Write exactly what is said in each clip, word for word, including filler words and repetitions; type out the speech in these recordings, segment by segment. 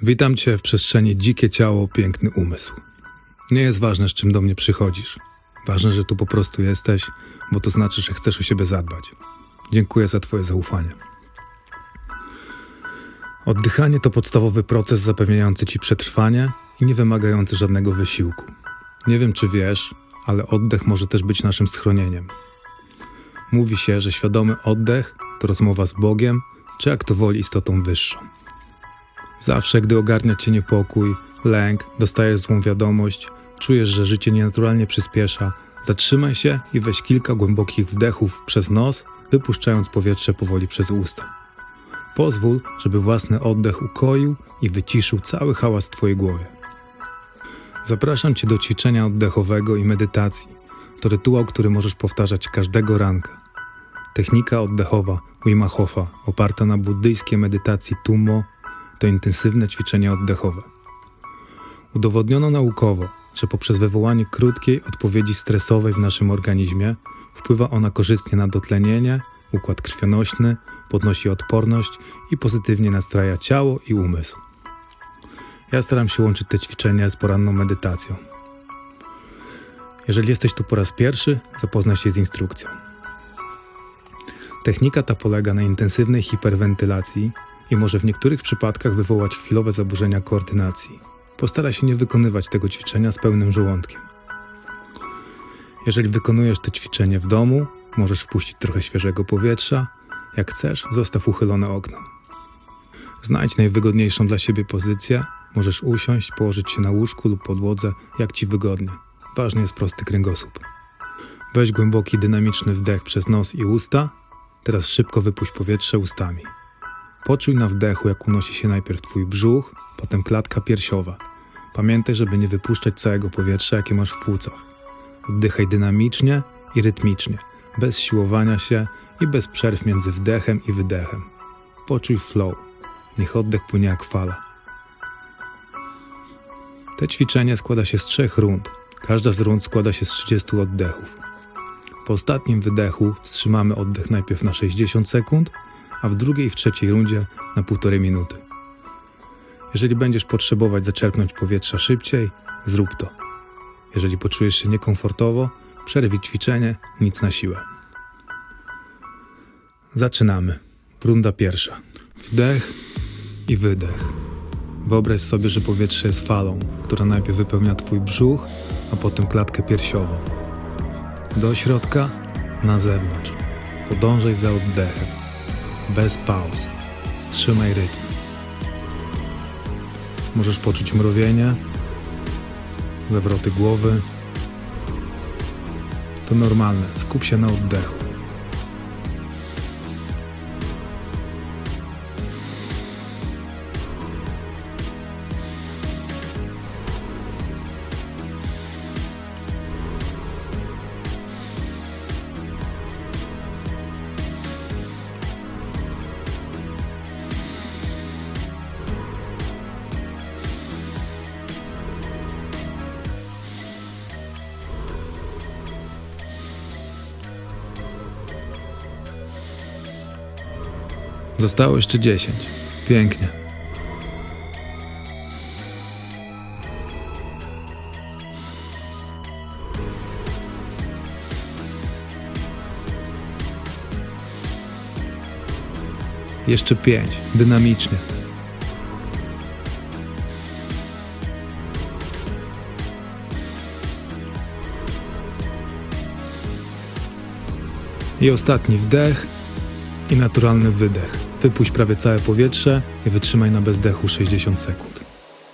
Witam Cię w przestrzeni dzikie ciało, piękny umysł. Nie jest ważne, z czym do mnie przychodzisz. Ważne, że tu po prostu jesteś, bo to znaczy, że chcesz o siebie zadbać. Dziękuję za Twoje zaufanie. Oddychanie to podstawowy proces zapewniający Ci przetrwanie i nie wymagający żadnego wysiłku. Nie wiem, czy wiesz, ale oddech może też być naszym schronieniem. Mówi się, że świadomy oddech to rozmowa z Bogiem, czy jak to woli istotą wyższą. Zawsze, gdy ogarnia Cię niepokój, lęk, dostajesz złą wiadomość, czujesz, że życie nienaturalnie przyspiesza, zatrzymaj się i weź kilka głębokich wdechów przez nos, wypuszczając powietrze powoli przez usta. Pozwól, żeby własny oddech ukoił i wyciszył cały hałas w Twojej głowie. Zapraszam Cię do ćwiczenia oddechowego i medytacji. To rytuał, który możesz powtarzać każdego ranka. Technika oddechowa Wima Hofa, oparta na buddyjskiej medytacji Tummo, to intensywne ćwiczenie oddechowe. Udowodniono naukowo, że poprzez wywołanie krótkiej odpowiedzi stresowej w naszym organizmie wpływa ona korzystnie na dotlenienie, układ krwionośny, podnosi odporność i pozytywnie nastraja ciało i umysł. Ja staram się łączyć te ćwiczenia z poranną medytacją. Jeżeli jesteś tu po raz pierwszy, zapoznaj się z instrukcją. Technika ta polega na intensywnej hiperwentylacji i może w niektórych przypadkach wywołać chwilowe zaburzenia koordynacji. Postaraj się nie wykonywać tego ćwiczenia z pełnym żołądkiem. Jeżeli wykonujesz to ćwiczenie w domu, możesz wpuścić trochę świeżego powietrza. Jak chcesz, zostaw uchylone okno. Znajdź najwygodniejszą dla siebie pozycję. Możesz usiąść, położyć się na łóżku lub podłodze, jak Ci wygodnie. Ważny jest prosty kręgosłup. Weź głęboki, dynamiczny wdech przez nos i usta. Teraz szybko wypuść powietrze ustami. Poczuj na wdechu, jak unosi się najpierw Twój brzuch, potem klatka piersiowa. Pamiętaj, żeby nie wypuszczać całego powietrza, jakie masz w płucach. Oddychaj dynamicznie i rytmicznie, bez siłowania się i bez przerw między wdechem i wydechem. Poczuj flow. Niech oddech płynie jak fala. To ćwiczenie składa się z trzech rund. Każda z rund składa się z trzydziestu oddechów. Po ostatnim wydechu wstrzymamy oddech najpierw na sześćdziesiąt sekund, a w drugiej i w trzeciej rundzie na półtorej minuty. Jeżeli będziesz potrzebować zaczerpnąć powietrza szybciej, zrób to. Jeżeli poczujesz się niekomfortowo, przerwij ćwiczenie, nic na siłę. Zaczynamy. Runda pierwsza. Wdech i wydech. Wyobraź sobie, że powietrze jest falą, która najpierw wypełnia Twój brzuch, a potem klatkę piersiową. Do środka, na zewnątrz. Podążaj za oddechem. Bez pauz. Trzymaj rytm. Możesz poczuć mrowienie, zawroty głowy. To normalne. Skup się na oddechu. Zostało jeszcze dziesięć. Pięknie. Jeszcze pięć. Dynamicznie. I ostatni wdech i naturalny wydech. Wypuść prawie całe powietrze i wytrzymaj na bezdechu sześćdziesiąt sekund.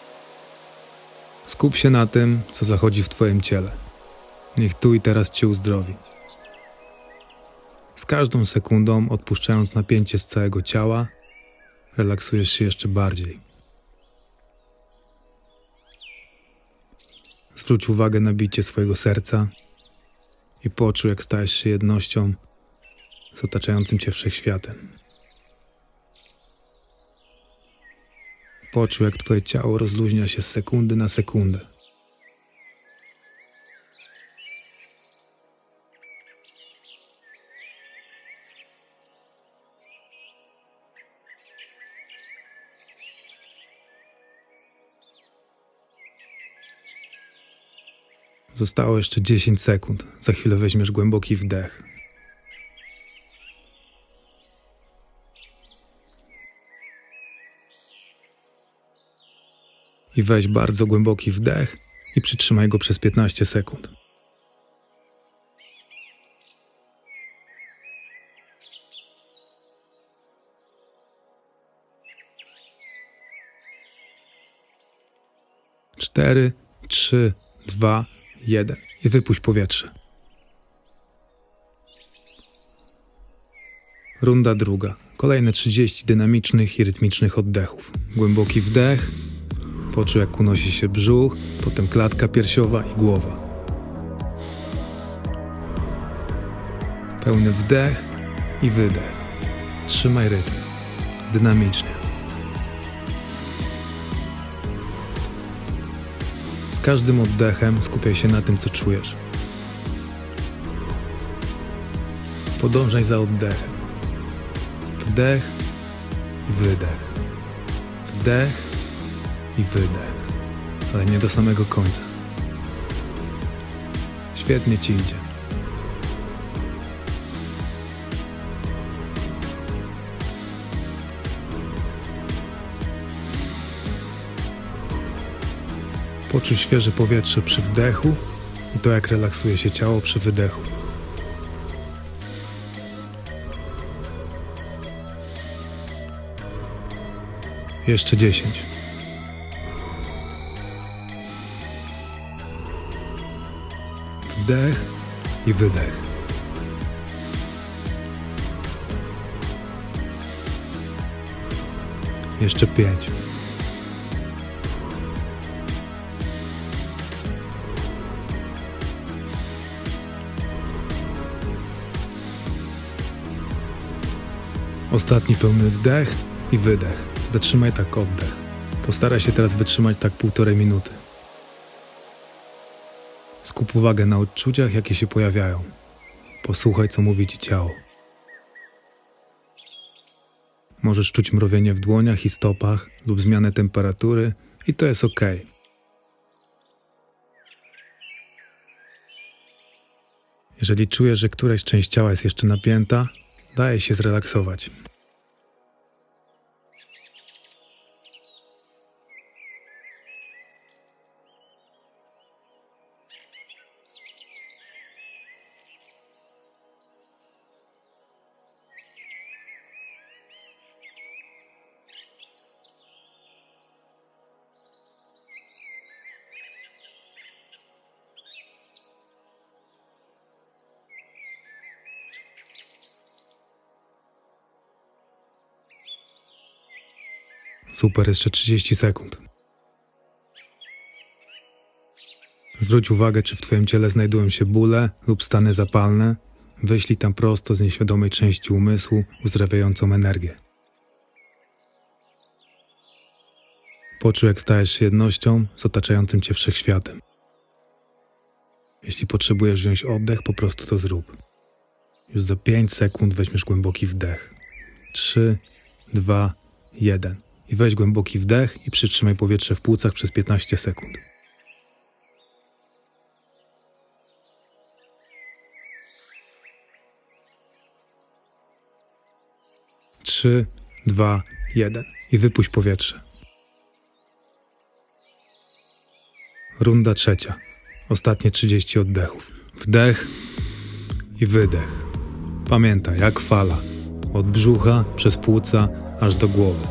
Skup się na tym, co zachodzi w Twoim ciele. Niech tu i teraz Cię uzdrowi. Z każdą sekundą, odpuszczając napięcie z całego ciała, relaksujesz się jeszcze bardziej. Zwróć uwagę na bicie swojego serca i poczuj, jak stajesz się jednością z otaczającym Cię wszechświatem. Poczuj, jak Twoje ciało rozluźnia się z sekundy na sekundę. Zostało jeszcze dziesięć sekund. Za chwilę weźmiesz głęboki wdech. I weź bardzo głęboki wdech i przytrzymaj go przez piętnaście sekund. Cztery, trzy, dwa, jeden. I wypuść powietrze. Runda druga. Kolejne trzydzieści dynamicznych i rytmicznych oddechów. Głęboki wdech. Poczuj, jak unosi się brzuch, potem klatka piersiowa i głowa. Pełny wdech i wydech. Trzymaj rytm. Dynamicznie. Z każdym oddechem skupiaj się na tym, co czujesz. Podążaj za oddechem. Wdech i wydech. Wdech i wydech. Ale nie do samego końca. Świetnie ci idzie. Poczuj świeże powietrze przy wdechu i to, jak relaksuje się ciało przy wydechu. Jeszcze dziesięć. Wdech i wydech. Jeszcze pięć. Ostatni pełny wdech i wydech. Zatrzymaj tak oddech. Postaraj się teraz wytrzymać tak półtorej minuty. Skup uwagę na odczuciach, jakie się pojawiają. Posłuchaj, co mówi ci ciało. Możesz czuć mrowienie w dłoniach i stopach lub zmianę temperatury i to jest ok. Jeżeli czujesz, że któraś część ciała jest jeszcze napięta, daj się zrelaksować. Super, jeszcze trzydzieści sekund. Zwróć uwagę, czy w twoim ciele znajdują się bóle lub stany zapalne. Wyślij tam prosto z nieświadomej części umysłu uzdrawiającą energię. Poczuj, jak stajesz się jednością z otaczającym cię wszechświatem. Jeśli potrzebujesz wziąć oddech, po prostu to zrób. Już za pięć sekund weźmiesz głęboki wdech. trzy, dwa, jeden. I weź głęboki wdech i przytrzymaj powietrze w płucach przez piętnaście sekund. trzy, dwa, jeden. I wypuść powietrze. Runda trzecia. Ostatnie trzydzieści oddechów. Wdech i wydech. Pamiętaj, jak fala. Od brzucha, przez płuca, aż do głowy.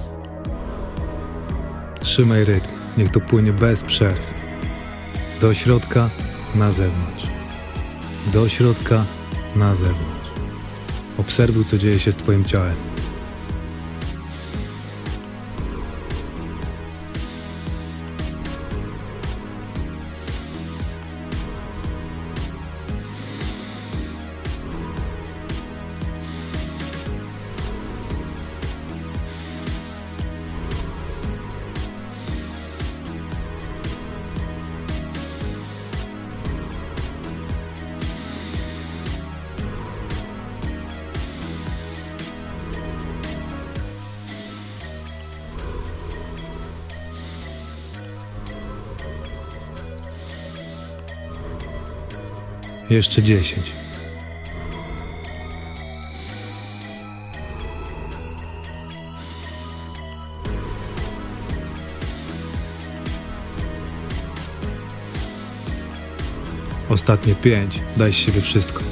Trzymaj rytm, niech to płynie bez przerw. Do środka, na zewnątrz. Do środka, na zewnątrz. Obserwuj, co dzieje się z twoim ciałem. Jeszcze dziesięć. Ostatnie pięć. Daj z siebie wszystko.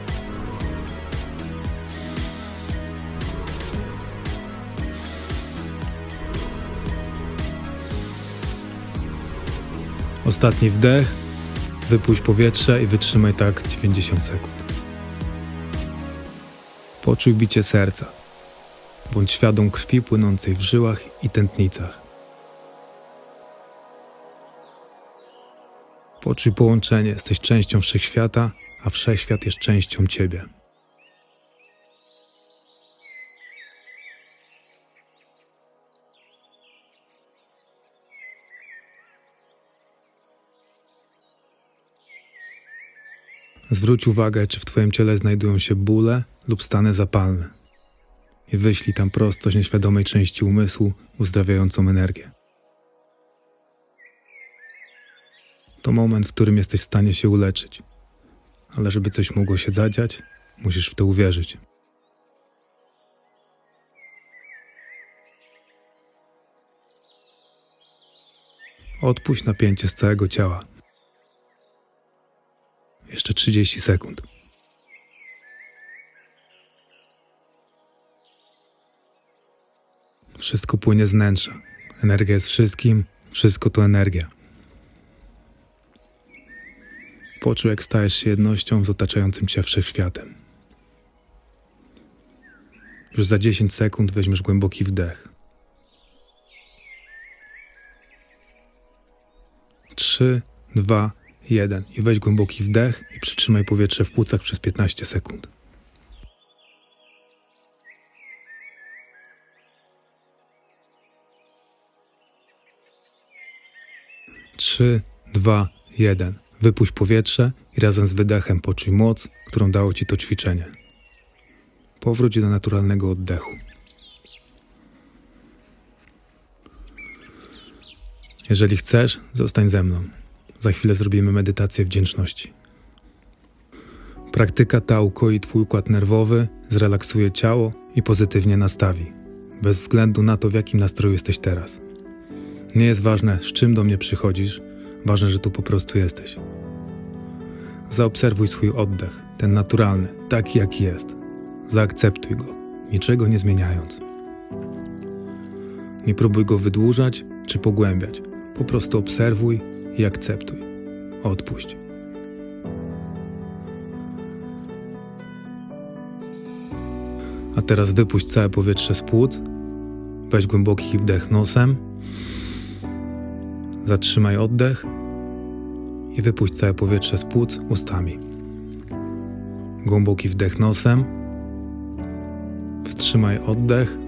Ostatni wdech. Wypuść powietrze i wytrzymaj tak dziewięćdziesiąt sekund. Poczuj bicie serca. Bądź świadom krwi płynącej w żyłach i tętnicach. Poczuj połączenie. Jesteś częścią wszechświata, a wszechświat jest częścią ciebie. Zwróć uwagę, czy w twoim ciele znajdują się bóle lub stany zapalne i wyślij tam prosto z nieświadomej części umysłu uzdrawiającą energię. To moment, w którym jesteś w stanie się uleczyć, ale żeby coś mogło się zadziać, musisz w to uwierzyć. Odpuść napięcie z całego ciała. Jeszcze trzydzieści sekund. Wszystko płynie z wnętrza. Energia jest wszystkim, wszystko to energia. Poczuj, jak stajesz się jednością z otaczającym cię wszechświatem. Już za dziesięć sekund weźmiesz głęboki wdech. trzy, dwa, jeden. I weź głęboki wdech i przytrzymaj powietrze w płucach przez piętnaście sekund. trzy, dwa, jeden. Wypuść powietrze i razem z wydechem poczuj moc, którą dało ci to ćwiczenie. Powróć do naturalnego oddechu. Jeżeli chcesz, zostań ze mną. Za chwilę zrobimy medytację wdzięczności. Praktyka ta ukoi twój układ nerwowy, zrelaksuje ciało i pozytywnie nastawi, bez względu na to, w jakim nastroju jesteś teraz. Nie jest ważne, z czym do mnie przychodzisz, ważne, że tu po prostu jesteś. Zaobserwuj swój oddech, ten naturalny, taki jaki jest. Zaakceptuj go, niczego nie zmieniając. Nie próbuj go wydłużać czy pogłębiać, po prostu obserwuj i akceptuj. Odpuść. A teraz wypuść całe powietrze z płuc. Weź głęboki wdech nosem. Zatrzymaj oddech i wypuść całe powietrze z płuc ustami. Głęboki wdech nosem. Wstrzymaj oddech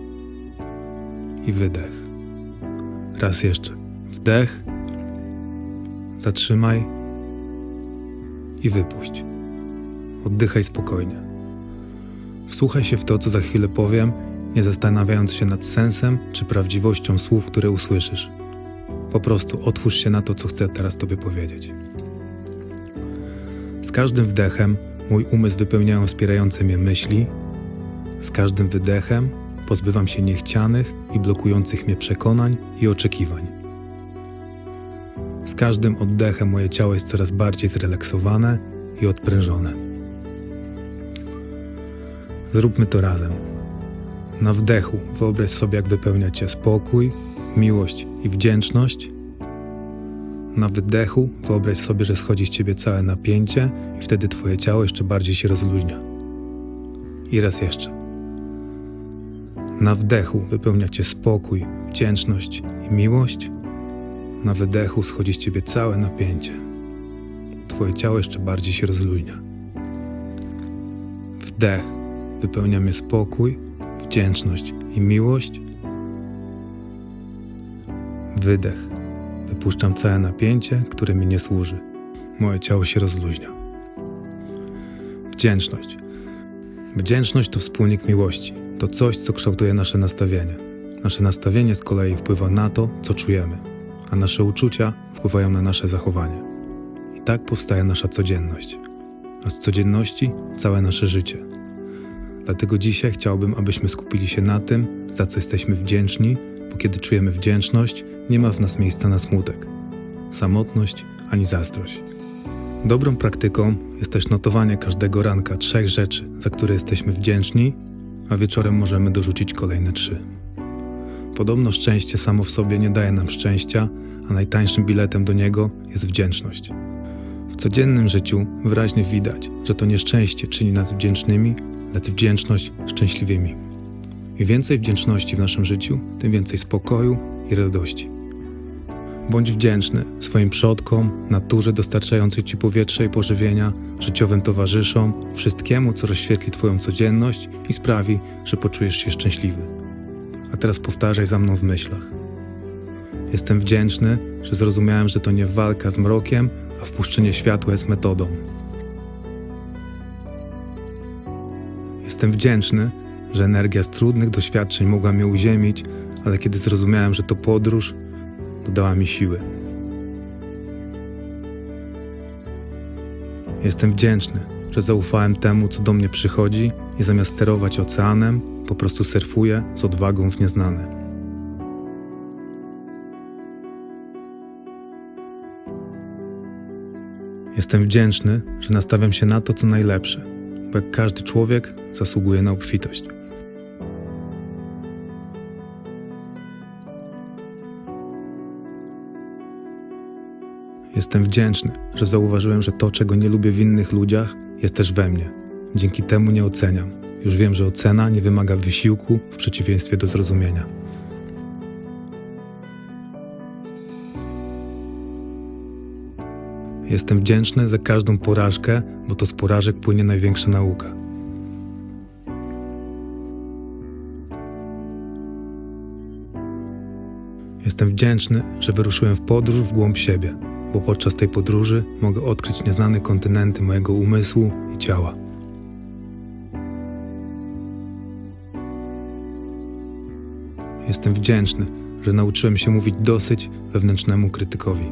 i wydech. Raz jeszcze. Wdech. Zatrzymaj i wypuść. Oddychaj spokojnie. Wsłuchaj się w to, co za chwilę powiem, nie zastanawiając się nad sensem czy prawdziwością słów, które usłyszysz. Po prostu otwórz się na to, co chcę teraz tobie powiedzieć. Z każdym wdechem mój umysł wypełniają wspierające mnie myśli. Z każdym wydechem pozbywam się niechcianych i blokujących mnie przekonań i oczekiwań. Z każdym oddechem moje ciało jest coraz bardziej zrelaksowane i odprężone. Zróbmy to razem. Na wdechu wyobraź sobie, jak wypełnia cię spokój, miłość i wdzięczność. Na wydechu wyobraź sobie, że schodzi z ciebie całe napięcie i wtedy twoje ciało jeszcze bardziej się rozluźnia. I raz jeszcze. Na wdechu wypełnia cię spokój, wdzięczność i miłość. Na wydechu schodzi z ciebie całe napięcie. Twoje ciało jeszcze bardziej się rozluźnia. Wdech wypełnia mnie spokój, wdzięczność i miłość. Wydech. Wypuszczam całe napięcie, które mi nie służy. Moje ciało się rozluźnia. Wdzięczność. Wdzięczność to wspólnik miłości. To coś, co kształtuje nasze nastawienie. Nasze nastawienie z kolei wpływa na to, co czujemy, a nasze uczucia wpływają na nasze zachowanie. I tak powstaje nasza codzienność. a z codzienności całe nasze życie. Dlatego dzisiaj chciałbym, abyśmy skupili się na tym, za co jesteśmy wdzięczni, bo kiedy czujemy wdzięczność, nie ma w nas miejsca na smutek, samotność ani zazdrość. Dobrą praktyką jest też notowanie każdego ranka trzech rzeczy, za które jesteśmy wdzięczni, a wieczorem możemy dorzucić kolejne trzy. Podobno szczęście samo w sobie nie daje nam szczęścia, a najtańszym biletem do niego jest wdzięczność. W codziennym życiu wyraźnie widać, że to nie szczęście czyni nas wdzięcznymi, lecz wdzięczność szczęśliwymi. Im więcej wdzięczności w naszym życiu, tym więcej spokoju i radości. Bądź wdzięczny swoim przodkom, naturze dostarczającej Ci powietrza i pożywienia, życiowym towarzyszom, wszystkiemu, co rozświetli Twoją codzienność i sprawi, że poczujesz się szczęśliwy. A teraz powtarzaj za mną w myślach. Jestem wdzięczny, że zrozumiałem, że to nie walka z mrokiem, a wpuszczenie światła jest metodą. Jestem wdzięczny, że energia z trudnych doświadczeń mogła mnie uziemić, ale kiedy zrozumiałem, że to podróż, dodała mi siły. Jestem wdzięczny, że zaufałem temu, co do mnie przychodzi i zamiast sterować oceanem, po prostu surfuję z odwagą w nieznane. Jestem wdzięczny, że nastawiam się na to, co najlepsze, bo jak każdy człowiek zasługuje na obfitość. Jestem wdzięczny, że zauważyłem, że to, czego nie lubię w innych ludziach, jest też we mnie. Dzięki temu nie oceniam. Już wiem, że ocena nie wymaga wysiłku w przeciwieństwie do zrozumienia. Jestem wdzięczny za każdą porażkę, bo to z porażek płynie największa nauka. Jestem wdzięczny, że wyruszyłem w podróż w głąb siebie, bo podczas tej podróży mogę odkryć nieznane kontynenty mojego umysłu i ciała. Jestem wdzięczny, że nauczyłem się mówić dosyć wewnętrznemu krytykowi.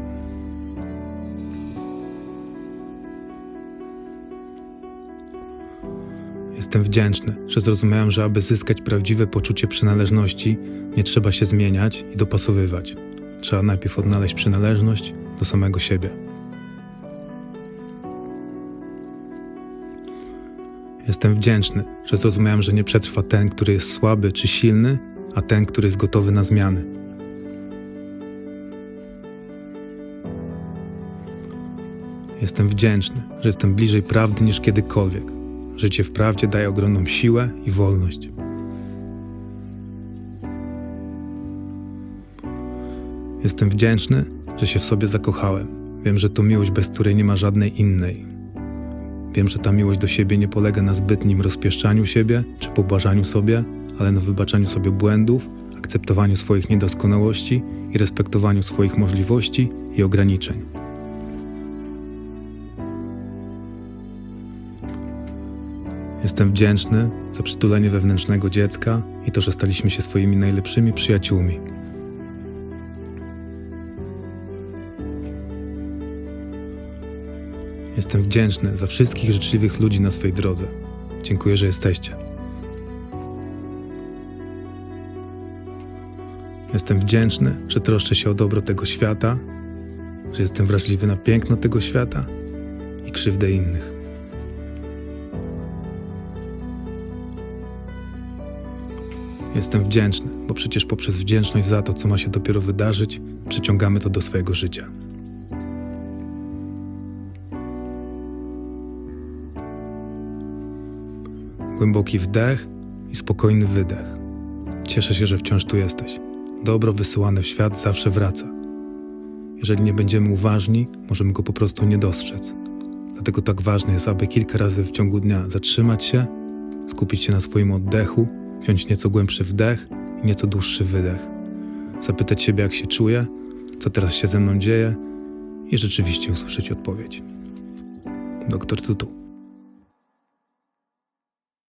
Jestem wdzięczny, że zrozumiałem, że aby zyskać prawdziwe poczucie przynależności, nie trzeba się zmieniać i dopasowywać. Trzeba najpierw odnaleźć przynależność do samego siebie. Jestem wdzięczny, że zrozumiałem, że nie przetrwa ten, który jest słaby czy silny, a ten, który jest gotowy na zmiany. Jestem wdzięczny, że jestem bliżej prawdy niż kiedykolwiek. Życie w prawdzie daje ogromną siłę i wolność. Jestem wdzięczny, że się w sobie zakochałem. Wiem, że to miłość, bez której nie ma żadnej innej. Wiem, że ta miłość do siebie nie polega na zbytnim rozpieszczaniu siebie czy pobłażaniu sobie, ale na wybaczaniu sobie błędów, akceptowaniu swoich niedoskonałości i respektowaniu swoich możliwości i ograniczeń. Jestem wdzięczny za przytulenie wewnętrznego dziecka i to, że staliśmy się swoimi najlepszymi przyjaciółmi. Jestem wdzięczny za wszystkich życzliwych ludzi na swej drodze. Dziękuję, że jesteście. Jestem wdzięczny, że troszczę się o dobro tego świata, że jestem wrażliwy na piękno tego świata i krzywdę innych. Jestem wdzięczny, bo przecież poprzez wdzięczność za to, co ma się dopiero wydarzyć, przyciągamy to do swojego życia. Głęboki wdech i spokojny wydech. Cieszę się, że wciąż tu jesteś. Dobro wysyłane w świat zawsze wraca. Jeżeli nie będziemy uważni, możemy go po prostu nie dostrzec. Dlatego tak ważne jest, aby kilka razy w ciągu dnia zatrzymać się, skupić się na swoim oddechu, wziąć nieco głębszy wdech i nieco dłuższy wydech. Zapytać siebie, jak się czuję, co teraz się ze mną dzieje i rzeczywiście usłyszeć odpowiedź. Doktor Tutu.